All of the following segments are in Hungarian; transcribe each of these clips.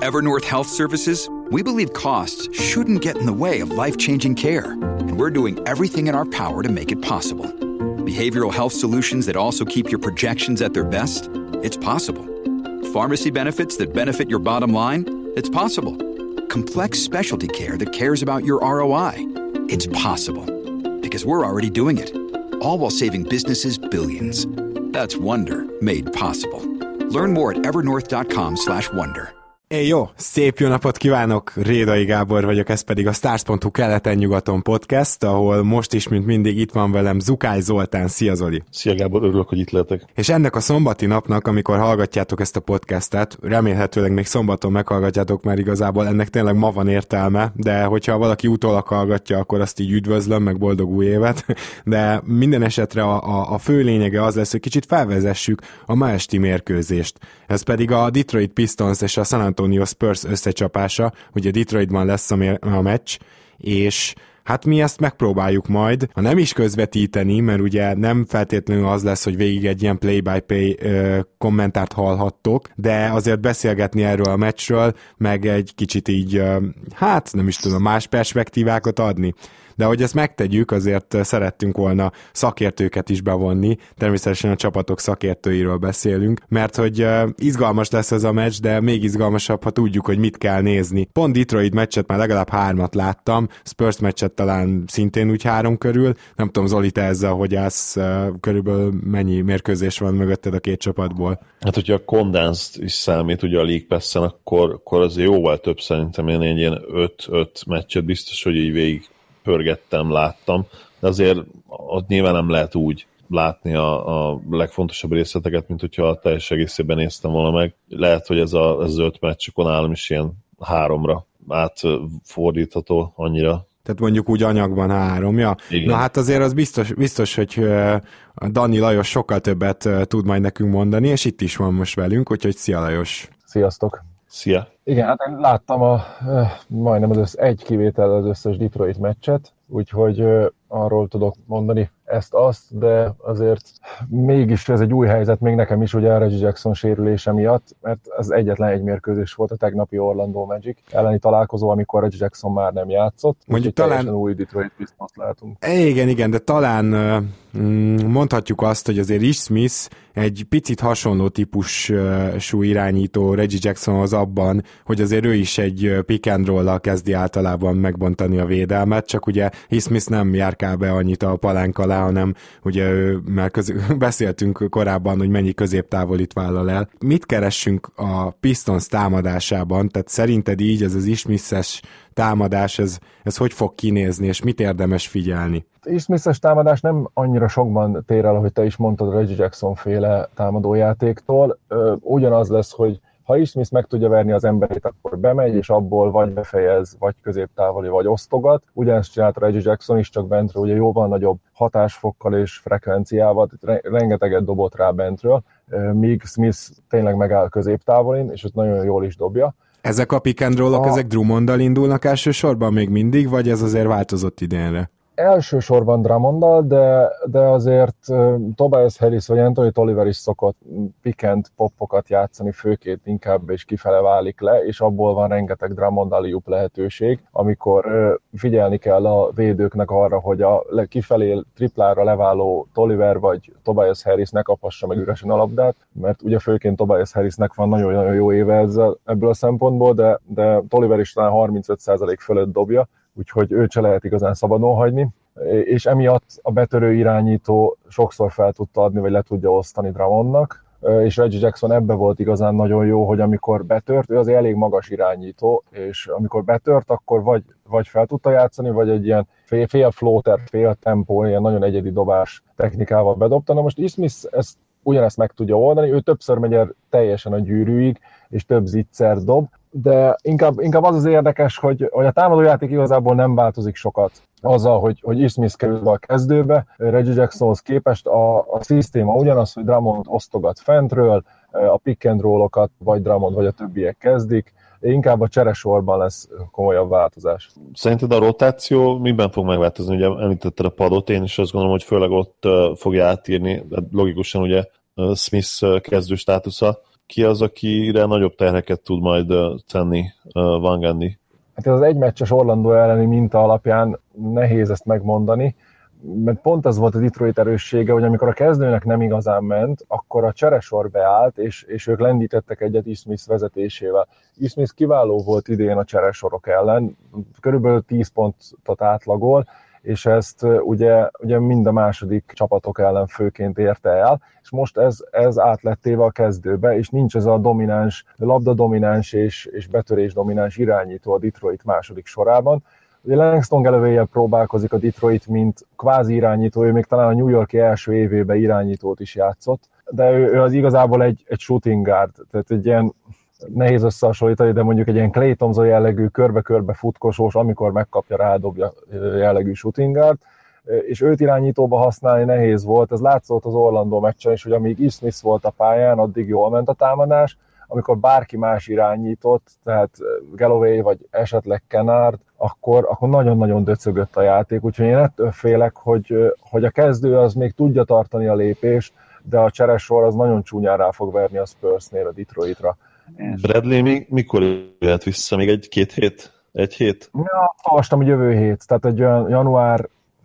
Evernorth Health Services, we believe costs shouldn't get in the way of life-changing care, and we're doing everything in our power to make it possible. Behavioral health solutions that also keep your projections at their best? It's possible. Pharmacy benefits that benefit your bottom line? It's possible. Complex specialty care that cares about your ROI? It's possible. Because we're already doing it. All while saving businesses billions. That's Wonder made possible. Learn more at evernorth.com/wonder. Jó, szép jó napot kívánok, Rédai Gábor vagyok, ez pedig a Stars.hu keleten-nyugaton podcast, ahol most is, mint mindig itt van velem Zukály Zoltán. Szia Zoli! Szia Gábor, örülök, hogy itt lehetek. És ennek a szombati napnak, amikor hallgatjátok ezt a podcastet, remélhetőleg még szombaton meghallgatjátok, mert igazából ennek tényleg ma van értelme, de hogyha valaki utólag hallgatja, akkor azt így üdvözlöm, meg boldog új évet, de minden esetre a fő lényege az lesz, hogy kicsit felvezessük a ma esti mérkőzést. Ez pedig a Detroit Pistons és a San Antonio Spurs összecsapása, ugye Detroitban lesz a meccs, és hát mi ezt megpróbáljuk majd, ha nem is közvetíteni, mert ugye nem feltétlenül az lesz, hogy végig egy ilyen play-by-play kommentárt hallhattok, de azért beszélgetni erről a meccsről, meg egy kicsit így, hát nem is tudom, más perspektívákat adni. De hogy ezt megtegyük, azért szerettünk volna szakértőket is bevonni, természetesen a csapatok szakértőiről beszélünk, mert hogy izgalmas lesz ez a meccs, de még izgalmasabb, ha tudjuk, hogy mit kell nézni. Pont Detroit meccset már legalább 3-at láttam, Spurs meccset talán szintén úgy 3 körül, nem tudom Zoli, te ezzel, hogy állsz, körülbelül mennyi mérkőzés van mögötted a két csapatból? Hát, hogyha a Condensed is számít ugye a League Pass-en, akkor azért jóval több, szerintem én egy ilyen 5 meccset biztos, hogy így végig pörgettem, láttam, de azért ott nyilván nem lehet úgy látni a legfontosabb részleteket, mint hogyha a teljes egészében néztem volna meg. Lehet, hogy ez az 5 meccs, akkor nálam is ilyen 3-ra átfordítható annyira. Tehát mondjuk úgy anyagban 3, ja? Igen. Na hát azért az biztos, hogy Dani Lajos sokkal többet tud majd nekünk mondani, és itt is van most velünk, úgyhogy szia Lajos! Sziasztok! Szia! Igen, hát én láttam majdnem egy kivétel az összes Detroit meccset, úgyhogy arról tudok mondani ezt-azt, de azért mégis ez egy új helyzet, még nekem is ugye a Reggie Jackson sérülése miatt, mert ez egyetlen egy mérkőzés volt a tegnapi Orlando Magic elleni találkozó, amikor Reggie Jackson már nem játszott. Mondjuk talán új Detroit Pistons látunk. Igen, de talán mondhatjuk azt, hogy azért Ish Smith egy picit hasonló típusú irányító Reggie Jacksonhoz abban, hogy azért ő is egy pick and roll-al kezdi általában megbontani a védelmet, csak ugye Ish Smith nem járkál be annyit a palánk alá, hanem ugye már beszéltünk korábban, hogy mennyi középtávolit vállal el. Mit keressünk a Pistons támadásában? Tehát szerinted így ez az Ish Smith-es támadás, ez hogy fog kinézni, és mit érdemes figyelni? Ish Smith-es támadás nem annyira sokban tér el, ahogy te is mondtad, a Reggie Jackson féle támadójátéktól. Ugyanaz lesz, hogy ha Ish Smith meg tudja verni az emberét, akkor bemegy, és abból vagy befejez, vagy középtávoli, vagy osztogat. Ugyanezt csinált Reggie Jackson is, csak bentről, ugye jóval nagyobb hatásfokkal és frekvenciával, rengeteget dobott rá bentről, míg Smith tényleg megáll középtávolin, és ott nagyon jól is dobja. Ezek a pick and roll-ok, ezek Drummonddal indulnak elsősorban még mindig, vagy ez azért változott idénre? Elsősorban Drummonddal, de azért Tobias Harris vagy Anthony Tolliver is szokott pick and popokat játszani, főként inkább és kifele válik le, és abból van rengeteg Drummond alley-oop lehetőség, amikor figyelni kell a védőknek arra, hogy a kifelé triplára leváló Tolliver vagy Tobias Harris ne kaphassa meg üresen a labdát, mert ugye főként Tobias Harrisnek van nagyon-nagyon jó éve ebből a szempontból, de Tolliver is talán 35% fölött dobja, úgyhogy őt se lehet igazán szabadon hagyni, és emiatt a betörő irányító sokszor fel tudta adni, vagy le tudja osztani Drummondnak, és Reggie Jackson ebbe volt igazán nagyon jó, hogy amikor betört, ő azért elég magas irányító, és amikor betört, akkor vagy fel tudta játszani, vagy egy ilyen fél floater, fél tempó, ilyen nagyon egyedi dobás technikával bedobta. Na most Ish Smith ugyanezt meg tudja oldani, ő többször megy el teljesen a gyűrűig, és több zicser dob, de inkább az érdekes, hogy a támadójáték igazából nem változik sokat azzal, hogy Ish Smith kerül be a kezdőbe. Reggie Jacksonhoz képest a szisztéma ugyanaz, hogy Drummond osztogat fentről, a pick and roll-okat vagy Drummond, vagy a többiek kezdik, inkább a cseresorban lesz komolyabb változás. Szerinted a rotáció miben fog megváltozni? Ugye említetted a padot, én is azt gondolom, hogy főleg ott fogja átírni, de logikusan ugye Smith kezdő státusza ki az, akire nagyobb terheket tud majd tenni Van Gundy? Hát ez az egymeccses Orlando elleni minta alapján nehéz ezt megmondani, mert pont az volt a Detroit erőssége, hogy amikor a kezdőnek nem igazán ment, akkor a cseresor beállt, és ők lendítettek egyet E. Smith vezetésével. E. Smith kiváló volt idén a cseresorok ellen, körülbelül 10 pontot átlagol, és ezt ugye mind a második csapatok ellen főként érte el, és most ez át lett téve a kezdőbe, és nincs ez a domináns, labda domináns és betörés domináns irányító a Detroit második sorában. Ugye Langston Galloway-jel próbálkozik a Detroit, mint kvázi irányító, ő még talán a New York-i első évében irányítót is játszott, de ő az igazából egy shooting guard, tehát egy ilyen nehéz összehasonlítani, de mondjuk egy ilyen Klay Thompson jellegű körbe-körbe futkosós, amikor megkapja, rádobja jellegű shooting guard, és őt irányítóba használni nehéz volt, ez látszott az Orlando meccsen is, hogy amíg E. Smith volt a pályán, addig jól ment a támadás, amikor bárki más irányított, tehát Galloway vagy esetleg Kennard, akkor nagyon-nagyon döcögött a játék, úgyhogy én ettől félek, hogy a kezdő az még tudja tartani a lépést, de a cseresor az nagyon csúnyán rá fog verni a Spursnél a Detroitra. Bradley mikor jöhet vissza? Még egy-két hét? Egy hét? Ja, olvastam, hogy jövő hét, tehát egy olyan január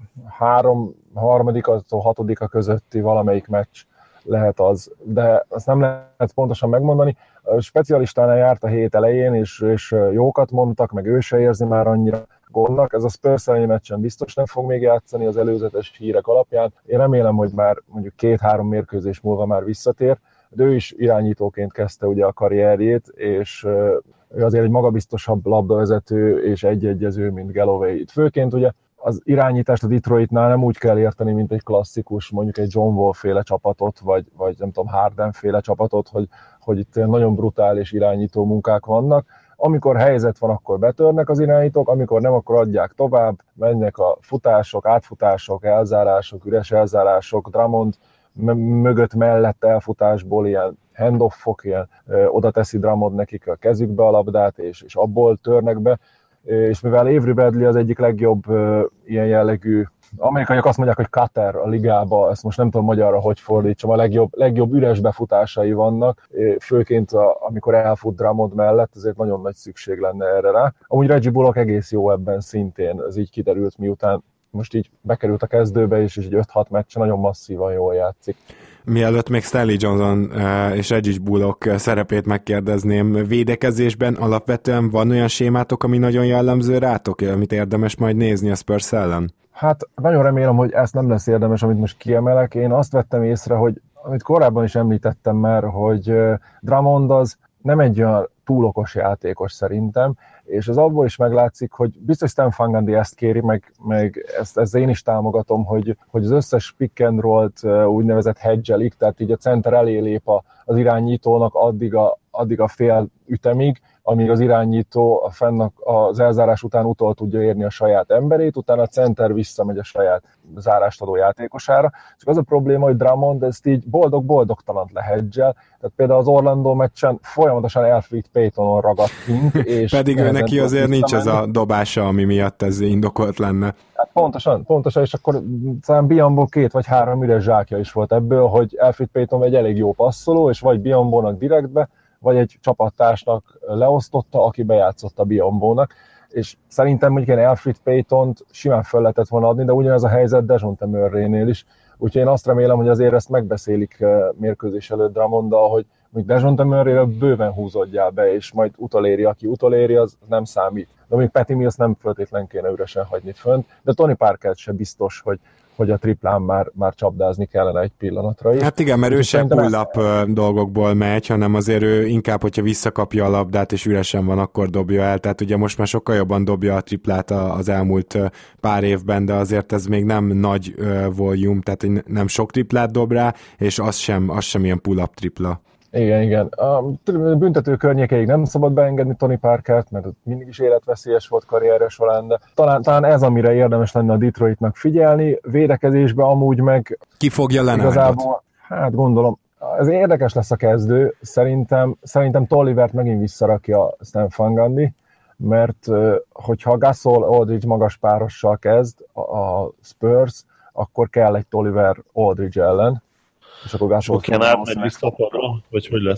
3-6-a közötti valamelyik meccs lehet az, de azt nem lehet pontosan megmondani. A specialistánál járt a hét elején, és jókat mondtak, meg ő se érzi már annyira gondnak. Ez a Spurs elleni meccsen biztos nem fog még játszani az előzetes hírek alapján. Én remélem, hogy már mondjuk 2-3 mérkőzés múlva már visszatér, de ő is irányítóként kezdte ugye a karrierjét, és ő azért egy magabiztosabb labdavezető és egyegyező, mint Galloway. Itt főként ugye az irányítást a Detroitnál nem úgy kell érteni, mint egy klasszikus, mondjuk egy John Wall féle csapatot, vagy nem tudom, Harden féle csapatot, hogy itt nagyon brutális irányító munkák vannak. Amikor helyzet van, akkor betörnek az irányítók, amikor nem, akkor adják tovább, mennek a futások, átfutások, elzárások, üres elzárások, Drummond mögött mellett elfutásból ilyen handoffok, ilyen oda teszi Drummond nekik a kezükbe a labdát, és abból törnek be, és mivel Avery Bradley az egyik legjobb ilyen jellegű, amerikaiak azt mondják, hogy cutter a ligába, ezt most nem tudom magyarra, hogy fordítsam, a legjobb üres befutásai vannak, főként amikor elfut Drummond mellett, ezért nagyon nagy szükség lenne erre rá. Amúgy Reggie Bullock egész jó ebben szintén, ez így kiderült, miután most így bekerült a kezdőbe, és így 5-6 meccsen nagyon masszívan jól játszik. Mielőtt még Stanley Johnson és Reggie Bullock szerepét megkérdezném, védekezésben alapvetően van olyan sémátok, ami nagyon jellemző rátok, amit érdemes majd nézni a Spurs ellen? Hát nagyon remélem, hogy ezt nem lesz érdemes, amit most kiemelek. Én azt vettem észre, hogy amit korábban is említettem már, hogy Drummond az nem egy olyan túl okos játékos szerintem, és az abból is meglátszik, hogy biztos Stan Van Gundy ezt kéri, meg ezt én is támogatom, hogy az összes pick and roll-t úgynevezett hedgelik, tehát így a center elé lép az irányítónak addig a fél ütemig, amíg az irányító az elzárás után utol tudja érni a saját emberét, utána a center visszamegy a saját zárást adó játékosára. Csak az a probléma, hogy Drummond ezt így boldog-boldogtalanat lehedzsel, tehát például az Orlando meccsen folyamatosan Elfrid Paytonon ragadt kint. És pedig ő neki azért nincs ez a dobása, ami miatt ez indokolt lenne. Hát pontosan, és akkor talán Biyombo 2 vagy 3 üres zsákja is volt ebből, hogy Elfrid Payton egy elég jó passzoló, és vagy Biyombónak direktbe, vagy egy csapattársnak leosztotta, aki bejátszotta Biyombónak, és szerintem mondjuk ilyen Elfrid Paytont simán fel lehetett volna adni, de ugyanez a helyzet Dejounte Murraynél is, úgyhogy én azt remélem, hogy azért ezt megbeszélik mérkőzés előtt Drummonddal, hogy mondjuk Dejounte Murrayről bőven húzódjál be, és majd utoléri, aki utoléri, az nem számít. De mondjuk Patty Mills nem feltétlen kéne üresen hagyni fönt, de Tony Parkert se biztos, hogy a triplán már csapdázni kellene egy pillanatra is. Hát igen, mert ő sem pull-up dolgokból megy, hanem azért ő inkább, hogyha visszakapja a labdát és üresen van, akkor dobja el. Tehát ugye most már sokkal jobban dobja a triplát az elmúlt pár évben, de azért ez még nem nagy volume, tehát nem sok triplát dob rá, és az sem ilyen pull-up tripla. Igen. A büntető környékeig nem szabad beengedni Tony Parkert, mert mindig is életveszélyes volt karrierje során, de talán ez, amire érdemes lenne a Detroitnak figyelni. Védekezésben amúgy meg... Ki fogja Leonardot? Hát gondolom, ez érdekes lesz a kezdő. Szerintem Tollivert megint visszarakja Stan Van Gundy, mert hogyha Gasol Aldridge magas párossal kezd a Spurs, akkor kell egy Tolliver Aldridge ellen. És akkor Kennard megy vissza, vagy hogy lesz?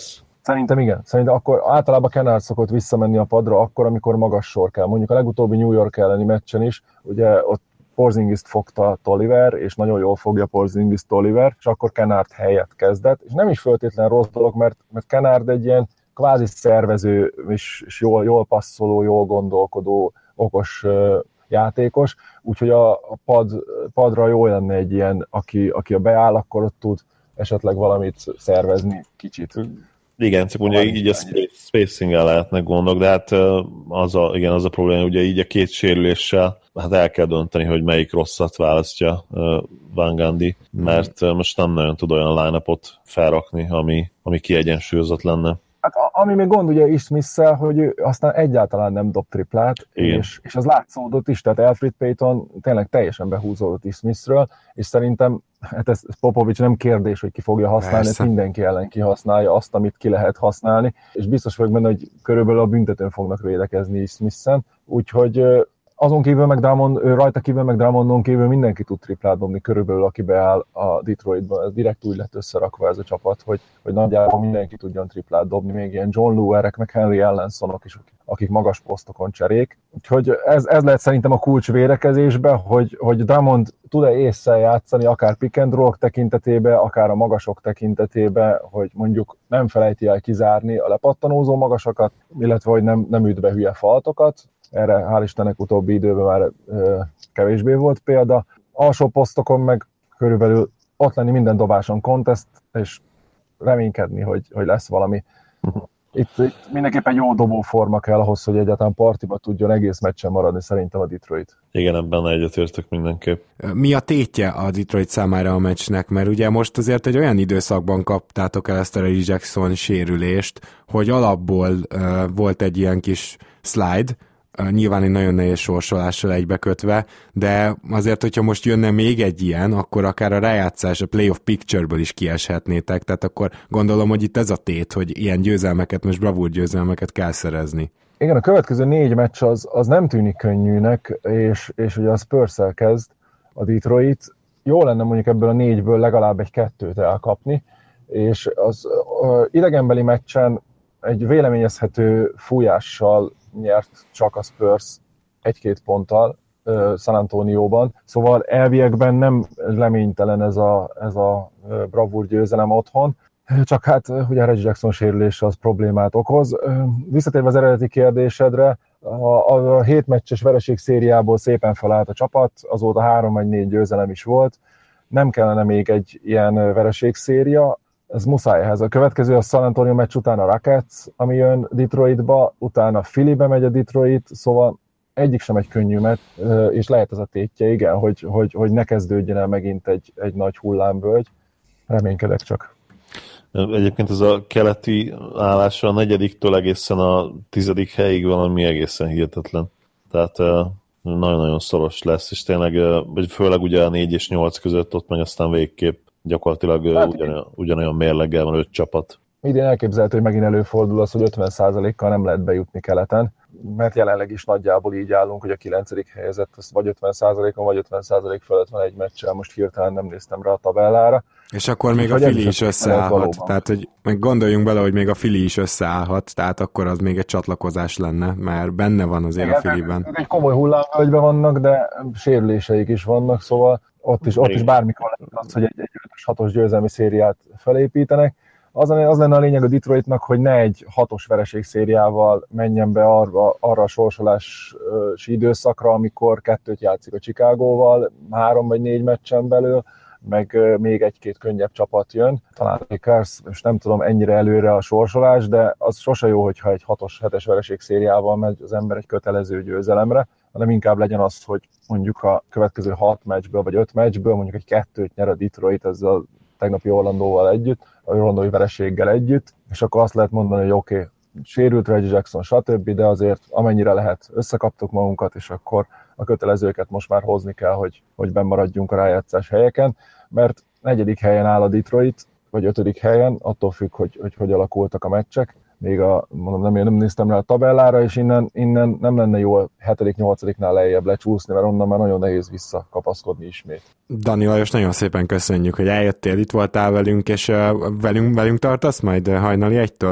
Szerintem igen. Szerintem akkor általában Kennard szokott visszamenni a padra akkor, amikor magas sor kell. Mondjuk a legutóbbi New York elleni meccsen is, ugye ott Porzingist fogta Tolliver, és nagyon jól fogja Porzingist Tolliver, és akkor Kennard helyett kezdett. És nem is feltétlenül rossz dolog, mert Kennard egy ilyen kvázi szervező, és jól passzoló, jól gondolkodó, okos játékos, úgyhogy a padra jó lenne egy ilyen, aki a beáll, akkor ott tud esetleg valamit szervezni kicsit. Igen, csak ugye így a spacing-el lehetnek gondok, de hát az a probléma, ugye így a két sérüléssel hát el kell dönteni, hogy melyik rosszat választja Van Gundy, mert most nem nagyon tud olyan line-upot felrakni, ami kiegyensúlyozott lenne. Hát ami még gond ugye Smith-szel, hogy ő aztán egyáltalán nem dob triplát, és az látszódott is, tehát Elfrid Payton tényleg teljesen behúzódott Smithről, és szerintem hát ez Popovics nem kérdés, hogy ki fogja használni, ezt mindenki ellen kihasználja azt, amit ki lehet használni, és biztos vagyok benne, hogy körülbelül a büntetőn fognak védekezni Smith-en, úgyhogy azon kívül meg rajta kívül meg Drummondon kívül mindenki tud triplát dobni körülbelül, aki beáll a Detroitban. Ez direkt úgy lett összerakva ez a csapat, hogy nagyjából mindenki tudjon triplát dobni, még ilyen John Luerek, meg Henry Allensonok is, akik magas posztokon cserék. Úgyhogy ez lehet szerintem a kulcs védekezésben, hogy Drummond tud-e ésszel játszani, akár pick and roll tekintetében, akár a magasok tekintetében, hogy mondjuk nem felejti el kizárni a lepattanózó magasokat, illetve hogy nem üt be hülye faltokat. Erre hál' Istennek utóbbi időben már kevésbé volt példa. Alsó posztokon meg körülbelül ott lenni minden dobáson contest, és reménykedni, hogy lesz valami. Itt mindenképpen jó dobóforma kell ahhoz, hogy egyáltalán partiba tudjon egész meccsen maradni szerintem a Detroit. Igen, ebben egyetértek mindenképp. Mi a tétje a Detroit számára a meccsnek? Mert ugye most azért egy olyan időszakban kaptátok el ezt a Reggie Jackson sérülést, hogy alapból volt egy ilyen kis slide, nyilván egy nagyon nehéz sorsolással egybekötve, de azért, hogyha most jönne még egy ilyen, akkor akár a rájátszás, a playoff picture-ből is kieshetnétek, tehát akkor gondolom, hogy itt ez a tét, hogy ilyen győzelmeket, most bravúr győzelmeket kell szerezni. Igen, a következő 4 meccs az nem tűnik könnyűnek, és ugye a Spurs-el kezd a Detroit. Jó lenne mondjuk ebből a 4-ből legalább egy 2-t elkapni, és az idegenbeli meccsen egy véleményezhető fújással nyert csak a Spurs 1-2 ponttal San Antonióban, szóval elviekben nem reménytelen ez a bravúr győzelem otthon, csak hát ugye Reggie Jackson sérülése az problémát okoz. Visszatérve az eredeti kérdésedre, a 7 meccses vereségszériából szépen felállt a csapat, azóta 3 vagy 4 győzelem is volt, nem kellene még egy ilyen vereségszéria, ez muszáj ehhez. A következő a San Antonio meccs után a Rockets, ami jön Detroitba, utána Phillybe megy a Detroit, szóval egyik sem egy könnyű meccs, és lehet ez a tétje, igen, hogy ne kezdődjön el megint egy nagy hullámvölgy. Reménykedek csak. Egyébként ez a keleti állása a 4-től egészen a 10. helyig valami egészen hihetetlen. Tehát nagyon-nagyon szoros lesz, és tényleg, főleg ugye a 4 és 8 között ott meg aztán végképp gyakorlatilag ugyanolyan mérleggel van 5 csapat. Idén elképzelhető, hogy megint előfordul az, hogy 50%-kal nem lehet bejutni keleten, mert jelenleg is nagyjából így állunk, hogy a 9. helyezett az vagy 50%-on, vagy 50% fölött van egy meccsel, most hirtelen nem néztem rá a tabellára. És akkor még a Philly is összeállhat, tehát hogy meg gondoljunk bele, hogy még a Philly is összeállhat, tehát akkor az még egy csatlakozás lenne, mert benne van azért a Phillyben. Egy komoly hullámvölgyben vannak, de sérüléseik is vannak, szóval ott is bármikor lehet az, hogy egy 5-6-os győzelmi szériát felépítenek. Az lenne a lényeg a Detroitnak, hogy ne egy 6-os vereségszériával menjen be arra a sorsolási időszakra, amikor 2-t játszik a Chicagóval, 3 vagy 4 meccsen belül, meg még 1-2 könnyebb csapat jön. Talán Lakers, és nem tudom ennyire előre a sorsolás, de az sose jó, hogyha egy 6-os, 7-es vereségszériával megy az ember egy kötelező győzelemre, hanem inkább legyen az, hogy mondjuk a következő 6 meccsből vagy 5 meccsből mondjuk egy 2-t nyer a Detroit ezzel a tegnapi Orlandóval együtt, a orlandói vereséggel együtt, és akkor azt lehet mondani, hogy oké, sérült Reggie Jackson, stb., de azért amennyire lehet összekaptuk magunkat, és akkor a kötelezőket most már hozni kell, hogy bennmaradjunk a rájátszás helyeken, mert 4. helyen áll a Detroit, vagy 5. helyen, attól függ, hogy alakultak a meccsek. Még nem néztem rá a tabellára, és innen nem lenne jó a 7.-8-nál lejjebb lecsúszni, mert onnan már nagyon nehéz visszakapaszkodni ismét. Dani Lajos, nagyon szépen köszönjük, hogy eljöttél, itt voltál velünk, és velünk tartasz majd hajnali 1-től?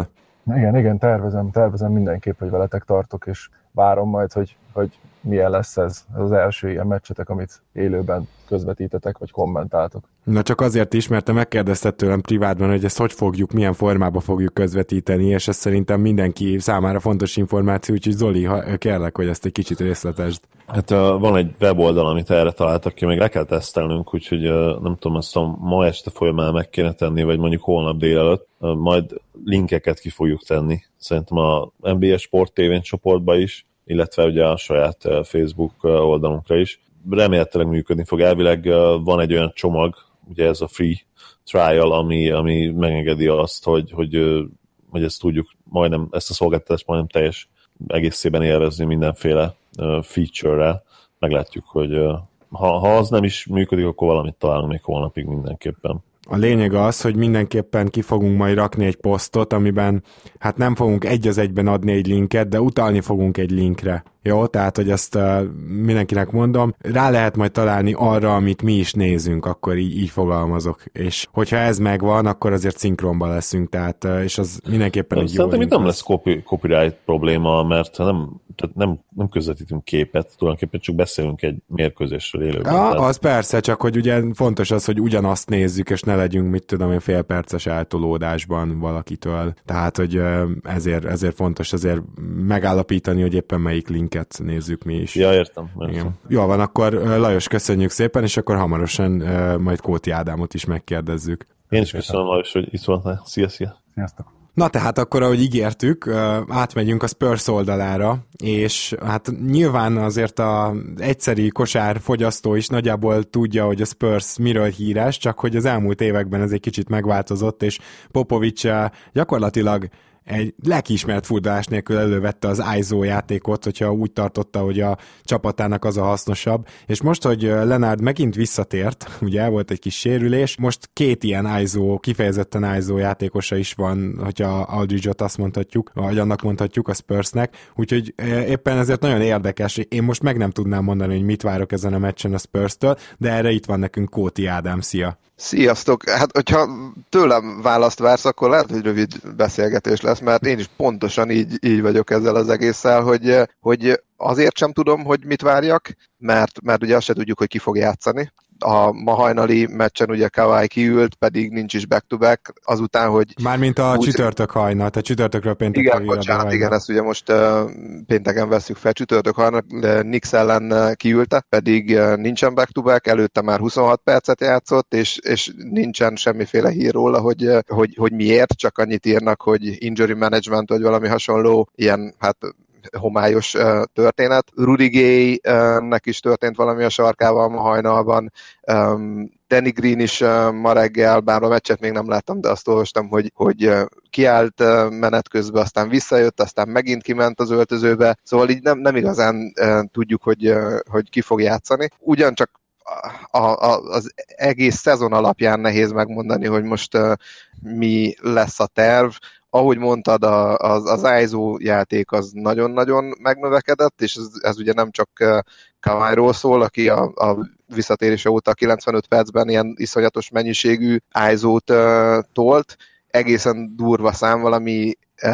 Igen, tervezem mindenképp, hogy veletek tartok, és várom majd, hogy milyen lesz ez az első ilyen meccsetek, amit élőben közvetítetek, vagy kommentáltok. Na csak azért is, mert te megkérdezted tőlem privátban, hogy ezt hogy fogjuk, milyen formában fogjuk közvetíteni, és ez szerintem mindenki számára fontos információ, úgyhogy Zoli, kérlek, hogy ezt egy kicsit részletesd. Hát van egy weboldal, amit erre találtak ki, még le kell tesztelnünk, úgyhogy nem tudom, azt ma este folyamán meg kéne tenni, vagy mondjuk holnap délelőtt, majd linkeket ki fogjuk tenni. Szerintem a NBA Sport TV-n csoportba is, illetve ugye a saját Facebook oldalunkra is. Remélhetőleg működni fog. Elvileg van egy olyan csomag, ugye ez a free trial, ami megengedi azt, hogy ezt tudjuk majdnem, ezt a szolgáltatást majdnem teljes egészében élvezni mindenféle feature-rel. Meglátjuk, hogy ha az nem is működik, akkor valamit találunk még holnapig mindenképpen. A lényeg az, hogy mindenképpen ki fogunk majd rakni egy posztot, amiben hát nem fogunk egy az egyben adni egy linket, de utalni fogunk egy linkre. Jó, tehát, hogy ezt mindenkinek mondom, rá lehet majd találni arra, amit mi is nézünk, akkor így fogalmazok. És hogyha ez megvan, akkor azért szinkronban leszünk, tehát, és az mindenképpen egy jó Szerintem itt link nem lesz copyright probléma, mert nem közvetítünk képet, tulajdonképpen csak beszélünk egy mérkőzésről élőben. Az persze, csak hogy ugye fontos az, hogy ugyanazt nézzük, és ne legyünk, mit tudom én, félperces eltolódásban valakitől. Tehát, hogy ezért fontos azért megállapítani, hogy éppen melyik linket nézzük mi is. Ja, értem. Jó van, akkor Lajos, köszönjük szépen, és akkor hamarosan majd Kóti Ádámot is megkérdezzük. Én is köszönöm, Lajos, hogy itt voltál. Szia! Sziasztok! Na tehát akkor, ahogy ígértük, átmegyünk a Spurs oldalára, és hát nyilván azért az egyszeri kosárfogyasztó is nagyjából tudja, hogy a Spurs miről híres, csak hogy az elmúlt években ez egy kicsit megváltozott, és Popovics gyakorlatilag egy lelkiismert furdalás nélkül elővette az ISO játékot, hogyha úgy tartotta, hogy a csapatának az a hasznosabb. És most, hogy Leonard megint visszatért, ugye volt egy kis sérülés, most két ilyen ISO, kifejezetten ISO játékosa is van, hogyha Aldridge-ot azt mondhatjuk, vagy annak mondhatjuk a Spursnek, úgyhogy éppen ezért nagyon érdekes. Én most meg nem tudnám mondani, hogy mit várok ezen a meccsen a Spurs-től, de erre itt van nekünk Kóti Ádám, szia! Sziasztok! Hát, hogyha tőlem választ vársz, akkor lehet, hogy rövid beszélgetés lesz, mert én is pontosan így vagyok ezzel az egésszel, hogy azért sem tudom, hogy mit várjak, mert ugye azt se tudjuk, hogy ki fog játszani. A ma hajnali meccsen ugye Kawhi kiült, pedig nincs is back-to-back, azután, hogy... Mármint a csütörtök hajnal, tehát csütörtökről péntekre. Igen, bocsánat, igen, ezt ugye most pénteken veszük fel, csütörtök hajnal, Knicks ellen kiülte, pedig nincsen back-to-back, előtte már 26 percet játszott, és nincsen semmiféle hír róla, hogy miért, csak annyit írnak, hogy injury management, vagy valami hasonló, ilyen, hát homályos történet. Rudy Gay-nek is történt valami a sarkával ma hajnalban. Danny Green is ma reggel, bár a meccset még nem láttam, de azt olvastam, hogy kiállt menet közben, aztán visszajött, aztán megint kiment az öltözőbe. Szóval így nem igazán tudjuk, hogy ki fog játszani. Ugyancsak az egész szezon alapján nehéz megmondani, hogy most mi lesz a terv. Ahogy mondtad, az ISO játék az nagyon-nagyon megnövekedett, és ez ugye nem csak Kawhiról szól, aki a visszatérése óta 95 percben ilyen iszonyatos mennyiségű ISO-t tolt, egészen durva szám, valami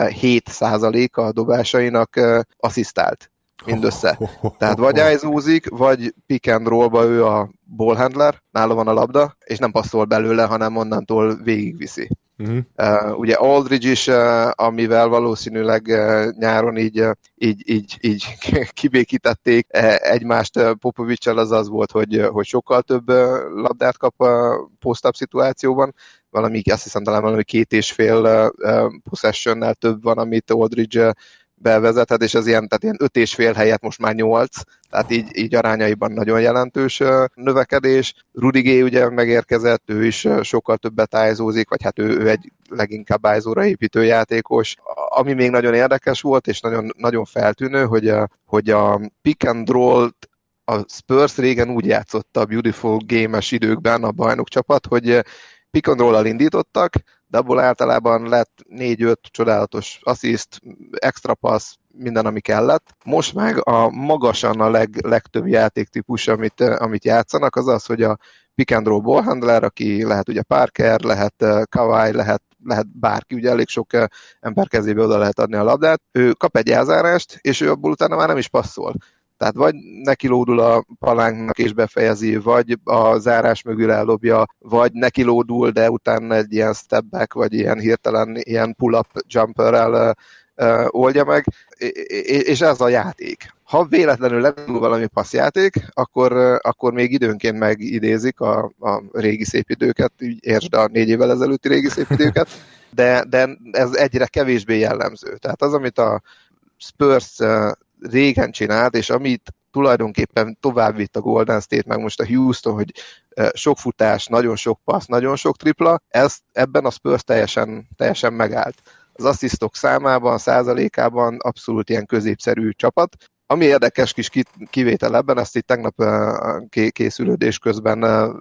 7% a dobásainak asszisztált mindössze. Tehát vagy ISO-zik, vagy pick and roll-ba ő a ballhandler, nála van a labda, és nem passzol belőle, hanem onnantól végigviszi. Ugye Aldridge is, amivel valószínűleg nyáron így kibékítették egymást Popovics-el, az volt, hogy sokkal több labdát kap a post-up szituációban, valami, azt hiszem talán valami 2,5 possessionnel több van, amit Aldridge bevezethet, és az ilyen 5,5 helyett most már 8, tehát így arányaiban nagyon jelentős növekedés. Rudy Gay ugye megérkezett, ő is sokkal többet ISO-zik, vagy hát ő egy leginkább ISO-ra építő játékos. Ami még nagyon érdekes volt, és nagyon, nagyon feltűnő, hogy a pick and roll-t a Spurs régen úgy játszotta a Beautiful Game-es időkben a bajnokcsapat, hogy pick and roll-al indítottak, de abból általában lett 4-5 csodálatos assziszt, extra passz, minden, ami kellett. Most meg a magasan a legtöbb játéktípus, amit játszanak, az az, hogy a pick and roll ballhandler, aki lehet ugye Parker, lehet Kawhi, lehet lehet bárki, ugye elég sok ember kezébe oda lehet adni a labdát, ő kap egy elzárást, és ő abból utána már nem is passzol. Tehát vagy neki lódul a palánknak és befejezi, vagy a zárás mögül ellobja, vagy neki lódul, de utána egy ilyen step back, vagy ilyen hirtelen ilyen pull-up jumperrel oldja meg, és ez a játék. Ha véletlenül leül valami passzjáték, akkor még időnként megidézik a régi szép időket, értsd a 4 évvel ezelőtti régi szép időket, de ez egyre kevésbé jellemző. Tehát az, amit a Spurs régen csinált, és amit tulajdonképpen tovább vitt a Golden State, meg most a Houston, hogy sok futás, nagyon sok passz, nagyon sok tripla, ebben a Spurs teljesen megállt. Az asszisztok számában, százalékában abszolút ilyen középszerű csapat. Ami érdekes kis kivétel ebben, ezt itt tegnap készülődés közben,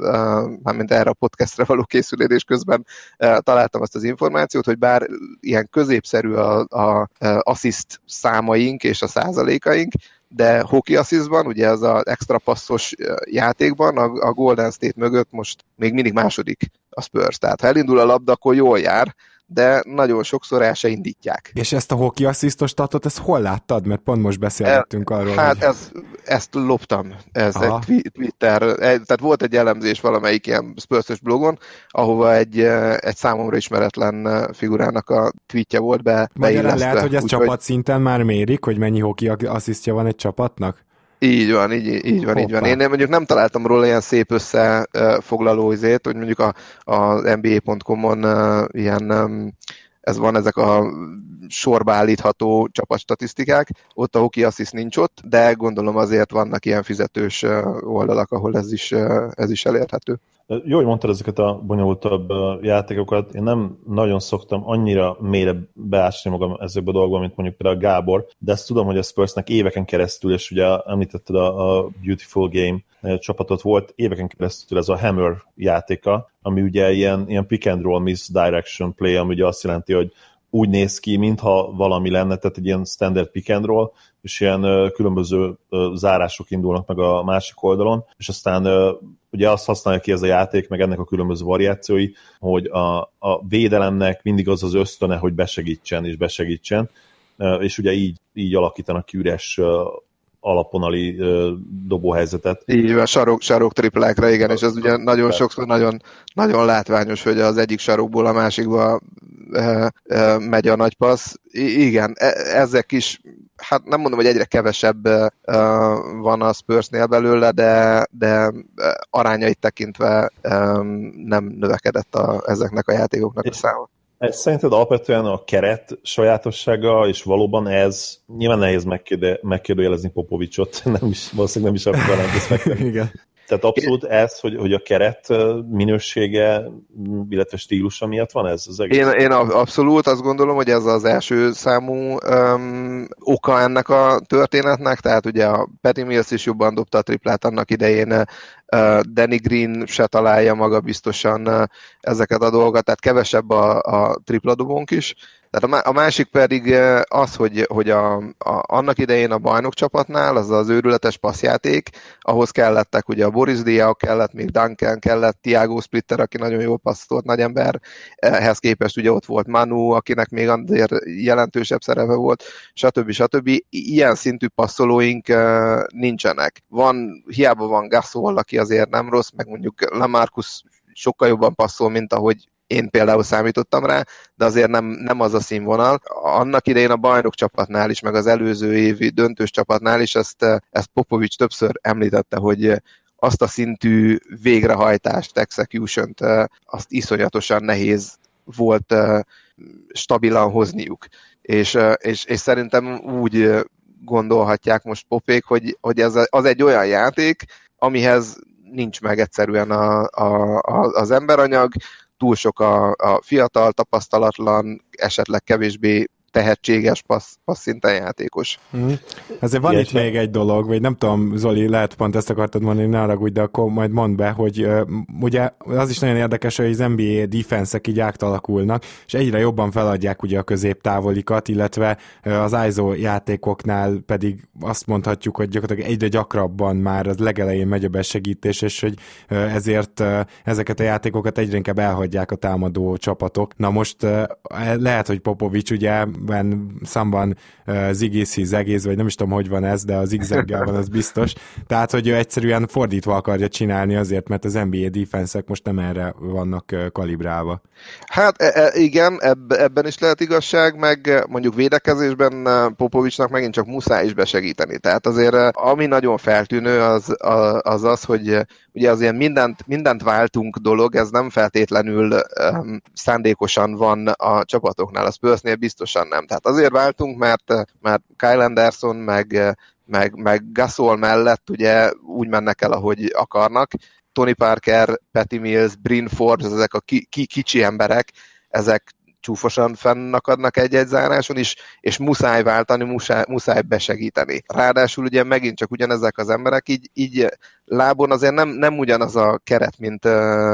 mármint erre a podcastre való készülődés közben találtam azt az információt, hogy bár ilyen középszerű a assziszt számaink és a százalékaink, de hockey assistban, ugye ez az extra passzos játékban a Golden State mögött most még mindig második a Spurs. Tehát ha elindul a labda, akkor jól jár, de nagyon sokszor el se indítják. És ezt a hockey asszisztos statot, ezt hol láttad? Mert pont most beszélgettünk arról. Hát hogy... ezt loptam. Ez egy Twitter, tehát volt egy elemzés valamelyik ilyen Spurs-ös blogon, ahova egy számomra ismeretlen figurának a tweetje volt beillesztve. Lehet, hogy ez csapatszinten már mérik, hogy mennyi hockey asszisztja van egy csapatnak? Így van. Én mondjuk nem találtam róla ilyen szép összefoglaló izét, hogy mondjuk a NBA.com-on ilyen ez van, ezek a sorba állítható csapatstatisztikák, ott a hockey assist nincs ott, de gondolom azért vannak ilyen fizetős oldalak, ahol ez is elérhető. Jó, hogy mondtad ezeket a bonyolultabb játékokat. Én nem nagyon szoktam annyira mélyre beásni magam ezekbe a dolgokba, mint mondjuk például Gábor, de ezt tudom, hogy a Spursnek éveken keresztül, és ugye említetted a Beautiful Game csapatot, volt éveken keresztül ez a Hammer játéka, ami ugye ilyen pick and roll misdirection play, ami ugye azt jelenti, hogy úgy néz ki, mintha valami lenne, tehát egy ilyen standard pick and roll, és ilyen különböző zárások indulnak meg a másik oldalon, és aztán ugye azt használja ki ez a játék, meg ennek a különböző variációi, hogy a védelemnek mindig az az ösztöne, hogy besegítsen, és ugye így alakítanak ki üres alaponali dobóhelyzetet. Így van, sarok triplákra, igen, és ez ugye nagyon sokszor nagyon látványos, hogy az egyik sarokból a másikba megy a nagy passz. Igen, ezek is, hát nem mondom, hogy egyre kevesebb van a Spursnél belőle, de arányait tekintve nem növekedett ezeknek a játékoknak a száma. Ez szerinted alapvetően a keret sajátossága, és valóban ez nyilván nehéz megkérdőjelezni Popovicsot, valószínűleg nem is akarnánk ezt megtenni. Igen. Tehát abszolút ez, hogy a keret minősége, illetve stílusa miatt van ez az egész? Én abszolút azt gondolom, hogy ez az első számú oka ennek a történetnek, tehát ugye a Patty Mills is jobban dobta a triplát annak idején, Danny Green se találja maga biztosan ezeket a dolgokat, tehát kevesebb a tripladobónk is. Tehát a másik pedig az, hogy annak idején a bajnok csapatnál az őrületes passzjáték, ahhoz kellettek ugye a Boris Diaw, kellett még Duncan, kellett Thiago Splitter, aki nagyon jól passzolt nagy ember, ehhez képest ugye ott volt Manu, akinek még azért jelentősebb szerepe volt, stb. Ilyen szintű passzolóink nincsenek. Hiába van Gasol, aki azért nem rossz, meg mondjuk Lamarcus sokkal jobban passzol, mint ahogy én például számítottam rá, de azért nem az a színvonal. Annak idején a bajnok csapatnál is, meg az előző évi döntős csapatnál is ezt Popovics többször említette, hogy azt a szintű végrehajtást, execution-t, azt iszonyatosan nehéz volt stabilan hozniuk. És szerintem úgy gondolhatják most Popék, hogy ez az egy olyan játék, amihez nincs meg egyszerűen az emberanyag, túl sok a fiatal, tapasztalatlan, esetleg kevésbé tehetséges passzszinten játékos. Azért van itt még egy dolog, vagy nem tudom, Zoli, lehet pont ezt akartad mondani, ne haragudj, de akkor majd mondd be, hogy ugye az is nagyon érdekes, hogy az NBA defense-ek így átalakulnak, és egyre jobban feladják ugye a középtávolikat, illetve az ISO játékoknál pedig azt mondhatjuk, hogy gyakorlatilag egyre gyakrabban már az legelején megy a besegítés, és hogy ezért ezeket a játékokat egyre inkább elhagyják a támadó csapatok. Na most lehet, hogy Popovics ugye számban zigészi zegéz, vagy nem is tudom, hogy van ez, de az zigzaggel van, az biztos. Tehát, hogy ő egyszerűen fordítva akarja csinálni azért, mert az NBA defense-ek most nem erre vannak kalibrálva. Hát igen, ebben is lehet igazság, meg mondjuk védekezésben Popovicsnak megint csak muszáj is besegíteni. Tehát azért ami nagyon feltűnő az, hogy ugye azért mindent váltunk dolog, ez nem feltétlenül szándékosan van a csapatoknál, a Spursnél biztosan nem. Tehát azért váltunk, mert Kyle Anderson meg Gasol mellett ugye úgy mennek el, ahogy akarnak. Tony Parker, Patty Mills, Bryn Forbes, ezek a kicsi emberek, ezek csúfosan fennakadnak egy-egy záráson is, és muszáj váltani, muszáj besegíteni. Ráadásul ugye megint csak ugyanezek az emberek, így lábon azért nem ugyanaz a keret, mint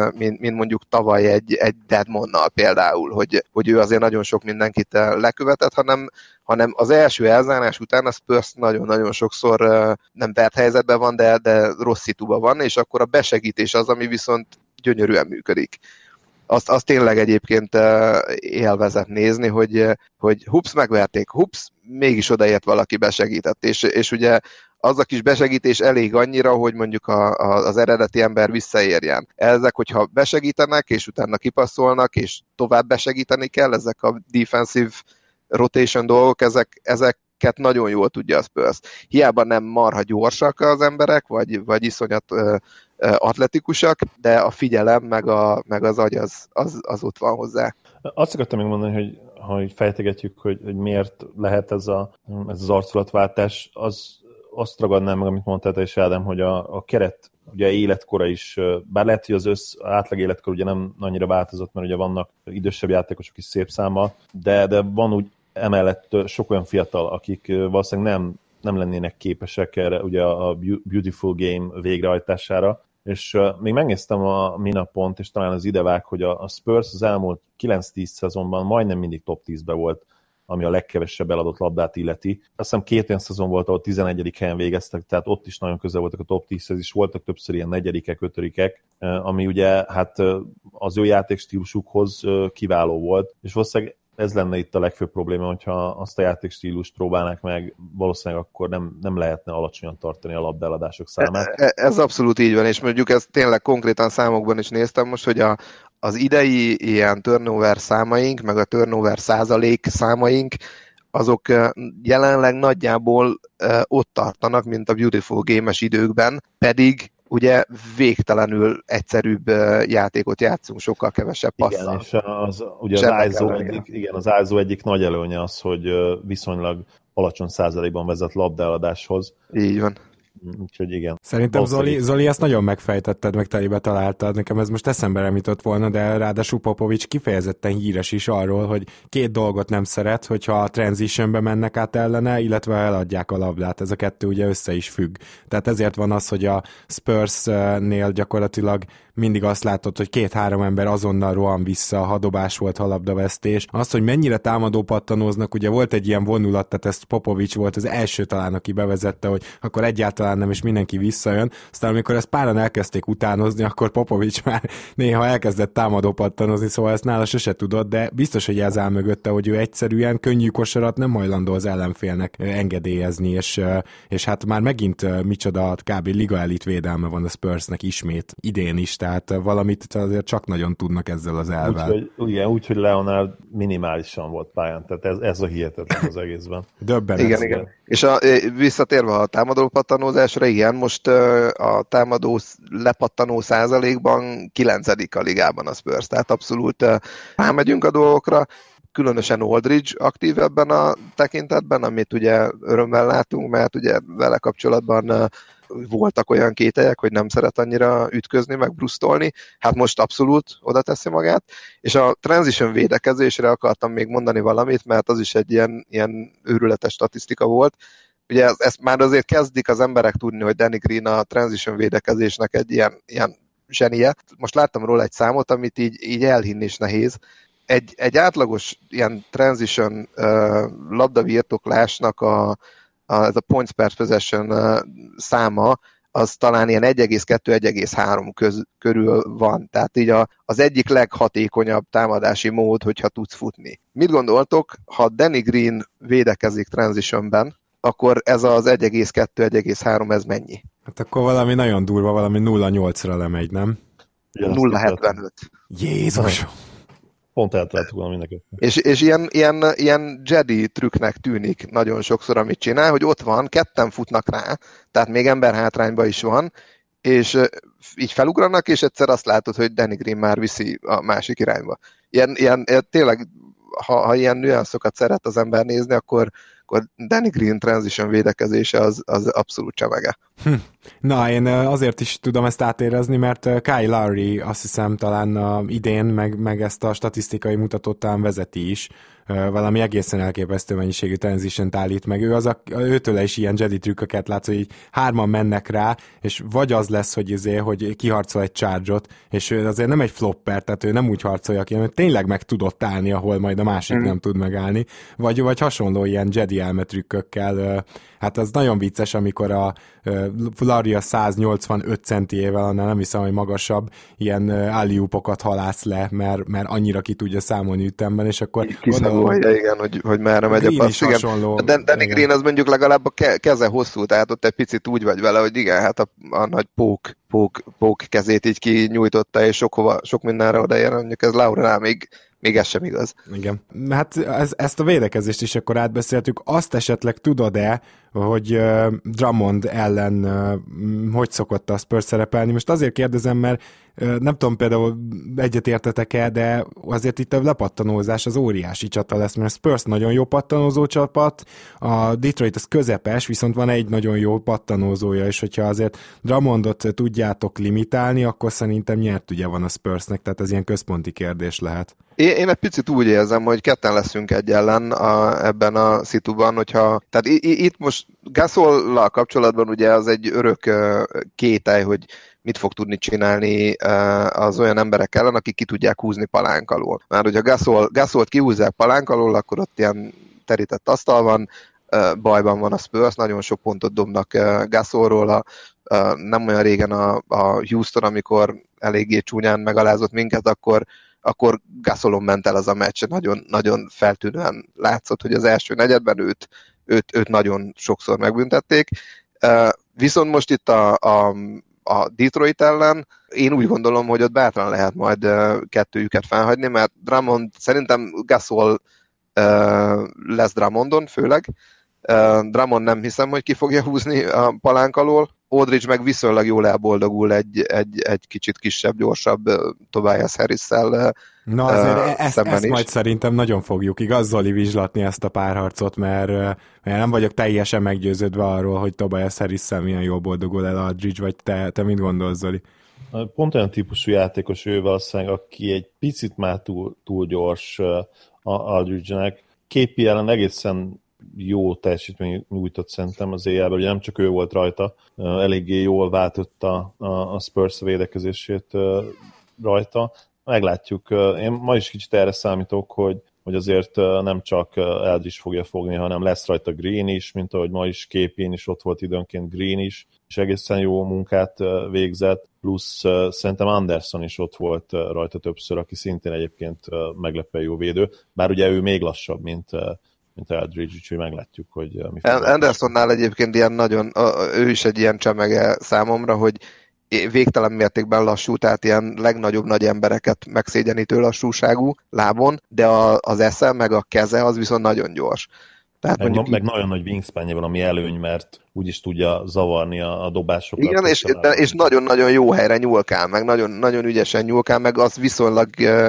mondjuk tavaly egy Deadmonnal például, hogy ő azért nagyon sok mindenkit lekövetett, hanem az első elzárás után a Spurs nagyon-nagyon sokszor nem vert helyzetben van, de rossz szituban van, és akkor a besegítés az, ami viszont gyönyörűen működik. Azt tényleg egyébként élvezett nézni, hogy hups, megverték, hups, mégis odaért valaki besegített, és ugye az a kis besegítés elég annyira, hogy mondjuk az eredeti ember visszaérjen. Ezek, hogyha besegítenek, és utána kipasszolnak, és tovább besegíteni kell, ezek a defensive rotation dolgok, ezeket nagyon jól tudja a Spurs. Hiába nem marha gyorsak az emberek, vagy iszonyat atletikusak, de a figyelem meg az agy az ott van hozzá. Azt akartam még mondani, hogy fejtegetjük, hogy miért lehet ez az arculatváltás, azt ragadnám meg, amit mondtál te is, Ádám, hogy a keret ugye életkora is, bár lehet, hogy az átlag életkor ugye nem annyira változott, mert ugye vannak idősebb játékosok is szép számmal, de van úgy emellett sok olyan fiatal, akik valószínűleg nem lennének képesek erre ugye a Beautiful Game végrehajtására, és még megnéztem a minapont, és talán az idevág, hogy a Spurs az elmúlt 9-10 szezonban majdnem mindig top 10-be volt, ami a legkevesebb eladott labdát illeti. Azt hiszem 2 olyan szezon volt, ahol 11. helyen végeztek, tehát ott is nagyon közel voltak a top 10-hez, és voltak többször ilyen 4., 5., ami ugye hát az ő játékstílusukhoz kiváló volt, és valószínűleg ez lenne itt a legfőbb probléma, hogyha azt a játékstílust próbálnák meg, valószínűleg akkor nem lehetne alacsonyan tartani a labdaeladások számát. Ez abszolút így van, és mondjuk ezt tényleg konkrétan számokban is néztem most, hogy az idei ilyen turnover számaink, meg a turnover százalék számaink, azok jelenleg nagyjából ott tartanak, mint a Beautiful Game-es időkben, pedig ugye végtelenül egyszerűbb játékot játszunk, sokkal kevesebb passzal. Igen, és ugye az ISO egyik nagy előnye az, hogy viszonylag alacsony százalékban vezet labdaeladáshoz. Így van. Úgyhogy igen. Szerintem Zoli, ezt nagyon megfejtetted, meg telibe találtad. Nekem ez most eszembe nem jutott volna, de ráadásul Popovics kifejezetten híres is arról, hogy 2 dolgot nem szeret, hogyha a transitionbe mennek át ellene, illetve eladják a labdát. Ez a 2 ugye össze is függ. Tehát ezért van az, hogy a Spursnél gyakorlatilag mindig azt látod, hogy 2-3 ember azonnal rohan vissza, ha dobás volt, ha labdavesztés. Azt, hogy mennyire támadó pattanóznak, ugye volt egy ilyen vonulat, tehát ezt Popovics volt az első talán, aki bevezette, hogy akkor egyáltalán nem, és mindenki visszajön. Aztán amikor ezt páran elkezdték utánozni, akkor Popovics már néha elkezdett támadó pattanozni, szóval ezt nála sose tudod, de biztos, hogy ez áll mögötte, hogy ő egyszerűen könnyű kosarat nem hajlandó az ellenfélnek engedélyezni, és hát már megint micsoda kb. Liga elit védelme van a Spursnek ismét idén is, tehát valamit azért csak nagyon tudnak ezzel az elvel. Úgyhogy Leonard minimálisan volt pályán, tehát ez a hihetetlen az egészben. Döbbenet. Igen. És visszatérve a támadó pattanózásra, igen, most a támadó lepattanó százalékban 9. a ligában a Spurs, tehát abszolút rámegyünk a dolgokra, különösen Aldridge aktív ebben a tekintetben, amit ugye örömmel látunk, mert ugye vele kapcsolatban voltak olyan kételyek, hogy nem szeret annyira ütközni, meg brusztolni, hát most abszolút oda teszi magát, és a transition védekezésre akartam még mondani valamit, mert az is egy ilyen őrületes statisztika volt. Ugye ezt már azért kezdik az emberek tudni, hogy Danny Green a transition védekezésnek egy ilyen zsenie. Most láttam róla egy számot, amit így elhinni is nehéz. Egy átlagos ilyen transition labdabirtoklásnak ez a points per possession száma, az talán ilyen 1,2-1,3 körül van. Tehát így az egyik leghatékonyabb támadási mód, hogyha tudsz futni. Mit gondoltok, ha Danny Green védekezik transitionben, akkor ez az 1,2-1,3 ez mennyi? Hát akkor valami nagyon durva, valami 0,8-ra lemegy, nem? 0,75. Jézus! Pont eltaláltuk valami neked. És ilyen Jedi trükknek tűnik nagyon sokszor, amit csinál, hogy ott van, ketten futnak rá, tehát még emberhátrányban is van, és így felugranak, és egyszer azt látod, hogy Danny Green már viszi a másik irányba. Ilyen tényleg, ha ilyen nüanszokat szeret az ember nézni, akkor Danny Green transition védekezése az abszolút csemege. Na, én azért is tudom ezt átérezni, mert Kyle Lowry azt hiszem talán idén, meg ezt a statisztikai mutatót talán vezeti is, valami egészen elképesztő mennyiségű transition-t állít meg. Őtőle is ilyen Jedi trükköket látsz, hogy hárman mennek rá, és vagy az lesz, hogy kiharcol egy charge-ot, és azért nem egy flopper, tehát ő nem úgy harcolja ki, hanem tényleg meg tudott állni, ahol majd a másik nem tud megállni, vagy hasonló ilyen Jedi elmetrükkökkel. Hát az nagyon vicces, amikor a Larry a 185 centiével, annál nem hiszem, hogy magasabb, ilyen alley-oopokat halász le, mert annyira ki tudja számolni ütemben, és akkor... Kiszámolja, igen, hogy merre megy a passz. De Danny Green az mondjuk legalább a keze hosszú, tehát ott egy picit úgy vagy vele, hogy igen, hát a nagy pók kezét így kinyújtotta, és sok mindenre odaér, mondjuk ez Laura még ez sem igaz. Igen. Hát ezt a védekezést is akkor átbeszéltük. Azt esetleg tudod-e, hogy Drummond ellen hogy szokott a Spurs szerepelni? Most azért kérdezem, mert nem tudom például egyetértetek-e, de azért itt a lepattanózás az óriási csata lesz, mert a Spurs nagyon jó pattanózó csapat, a Detroit az közepes, viszont van egy nagyon jó pattanózója, és hogyha azért Drummondot tudjátok limitálni, akkor szerintem nyert ugye van a Spursnek, tehát ez ilyen központi kérdés lehet. Én egy picit úgy érzem, hogy ketten leszünk egy ellen ebben a szituban, hogyha... Tehát itt most Gasollal kapcsolatban ugye az egy örök kételj, hogy mit fog tudni csinálni az olyan emberek ellen, akik ki tudják húzni palánk alól. Már hogyha Gasolt kihúzzák palánk alól, akkor ott ilyen terített asztal van, bajban van a Spurs, nagyon sok pontot dobnak Gasolról, nem olyan régen a Houston, amikor eléggé csúnyán megalázott minket, akkor Gasolon ment el az a meccs, nagyon, nagyon feltűnően látszott, hogy az első negyedben őt nagyon sokszor megbüntették. Viszont most itt a Detroit ellen én úgy gondolom, hogy ott bátran lehet majd kettőjüket felhagyni, mert Drummond, szerintem Gasol lesz Drummondon főleg. Drummond nem hiszem, hogy ki fogja húzni a palánk alól. Aldridge meg viszonylag jól elboldogul egy kicsit kisebb, gyorsabb Tobias Harris-szel. Na azért ezt majd szerintem nagyon fogjuk, igaz, Zoli, vizslatni ezt a párharcot, mert nem vagyok teljesen meggyőződve arról, hogy Tobias Harris-szel milyen jól boldogul el Aldridge, vagy te mit gondolsz, Zoli? Pont olyan típusú játékos ő valószínűleg, aki egy picit már túl gyors Aldridge-nek. KP ellen egészen jó teljesítmény nyújtott szerintem az éjjelben, ugye nem csak ő volt rajta, eléggé jól váltotta a Spurs védekezését rajta. Meglátjuk. Én ma is kicsit erre számítok, hogy azért nem csak Eldridge fogja fogni, hanem lesz rajta Green is, mint ahogy ma is képén is ott volt időnként Green is, és egészen jó munkát végzett, plusz szerintem Anderson is ott volt rajta többször, aki szintén egyébként meglepően jó védő, bár ugye ő még lassabb, mint Eldridge, úgyhogy meglátjuk, hogy mi fog. Andersonnál egyébként ilyen nagyon, ő is egy ilyen csemege számomra, hogy végtelen mértékben lassú, tehát ilyen legnagyobb nagy embereket megszégyenítő lassúságú lábon, de az esze meg a keze az viszont nagyon gyors. Tehát meg nagyon nagy wingspanje van, ami előny, mert úgyis tudja zavarni a dobásokat. Igen, és nagyon-nagyon jó helyre nyúlkál, meg nagyon, nagyon ügyesen nyúlkál, meg az viszonylag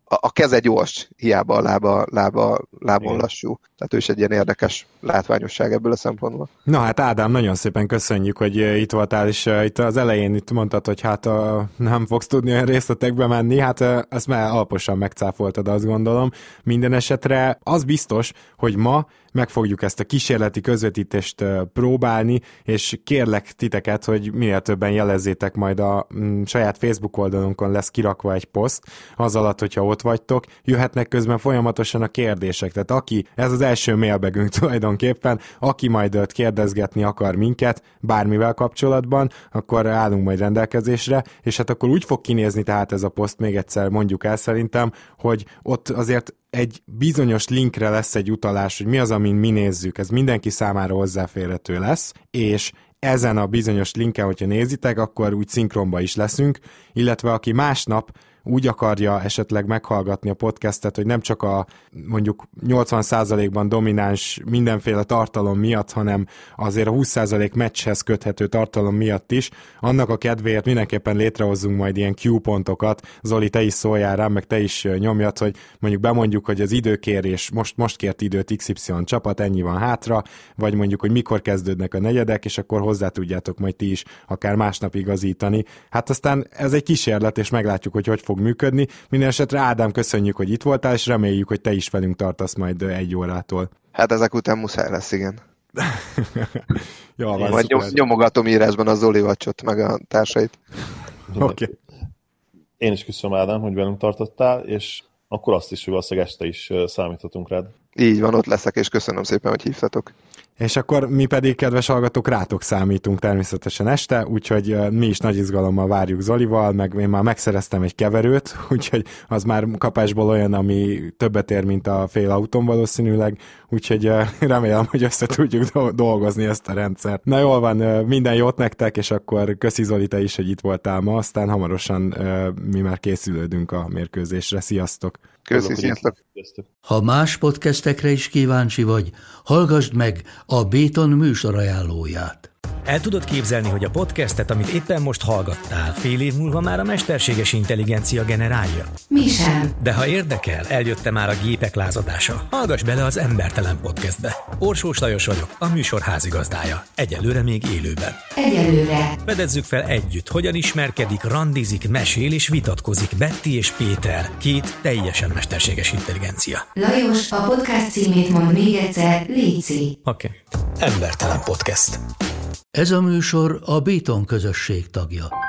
a keze gyors, hiába a lábon lassú. Tehát ő is egy ilyen érdekes látványosság ebből a szempontból. Na hát Ádám, nagyon szépen köszönjük, hogy itt voltál, és itt az elején itt mondtad, hogy hát nem fogsz tudni olyan részletekbe menni, hát ezt már alaposan megcáfoltad, azt gondolom. Minden esetre az biztos, hogy ma meg fogjuk ezt a kísérleti közvetítést próbálni, és kérlek titeket, hogy minél többen jelezzétek, majd a saját Facebook oldalunkon lesz kirakva egy poszt, az alatt, hogyha ott vagytok, jöhetnek közben folyamatosan a kérdések, tehát aki, ez az első mailbagünk tulajdonképpen, aki majd kérdezgetni akar minket bármivel kapcsolatban, akkor állunk majd rendelkezésre, és hát akkor úgy fog kinézni tehát ez a poszt, még egyszer mondjuk el szerintem, hogy ott azért egy bizonyos linkre lesz egy utalás, hogy mi az, amin mi nézzük, ez mindenki számára hozzáférhető lesz, és ezen a bizonyos linken, hogyha nézitek, akkor úgy szinkronba is leszünk, illetve aki másnap úgy akarja esetleg meghallgatni a podcastet, hogy nem csak a mondjuk 80%-ban domináns mindenféle tartalom miatt, hanem azért a 20% meccshez köthető tartalom miatt is, annak a kedvéért mindenképpen létrehozzunk majd ilyen Q-pontokat. Zoli, te is szóljál rám, meg te is nyomjad, hogy mondjuk bemondjuk, hogy az időkérés, most kért időt XY csapat, ennyi van hátra, vagy mondjuk, hogy mikor kezdődnek a negyedek, és akkor hozzá tudjátok majd ti is akár másnap igazítani. Hát aztán ez egy kísérlet, és meglátjuk, hogy fog működni. Minden esetre Ádám, köszönjük, hogy itt voltál, és reméljük, hogy te is velünk tartasz majd 1 órától. Hát ezek után muszáj lesz, igen. Jó, majd nyomogatom írásban a Zoli Vacsot, meg a társait. Okay. Én is köszönöm, Ádám, hogy velünk tartottál, és akkor azt is, hogy valószínűleg este is számíthatunk rád. Így van, ott leszek, és köszönöm szépen, hogy hívtatok. És akkor mi pedig, kedves hallgatók, rátok számítunk természetesen este, úgyhogy mi is nagy izgalommal várjuk Zolival, meg én már megszereztem egy keverőt, úgyhogy az már kapásból olyan, ami többet ér, mint a fél autón valószínűleg, úgyhogy remélem, hogy össze tudjuk dolgozni ezt a rendszert. Na jól van, minden jót nektek, és akkor köszi Zoli, te is, hogy itt voltál ma, aztán hamarosan mi már készülődünk a mérkőzésre. Sziasztok! Köszi, sziasztok! Ha más podcastekre is kíváncsi vagy, hallgassd meg a Béton műsor ajánlóját. El tudod képzelni, hogy a podcastet, amit éppen most hallgattál, fél év múlva már a mesterséges intelligencia generálja? Mi sem. De ha érdekel, eljött már a gépek lázadása. Hallgass bele az Embertelen Podcastbe. Orsós Lajos vagyok, a műsor házigazdája. Egyelőre még élőben. Egyelőre. Fedezzük fel együtt, hogyan ismerkedik, randizik, mesél és vitatkozik Betty és Péter, 2 teljesen mesterséges intelligencia. Lajos, a podcast címét mond még egyszer, léci. Oké. Embertelen Podcast. Ez a műsor a Béton közösség tagja.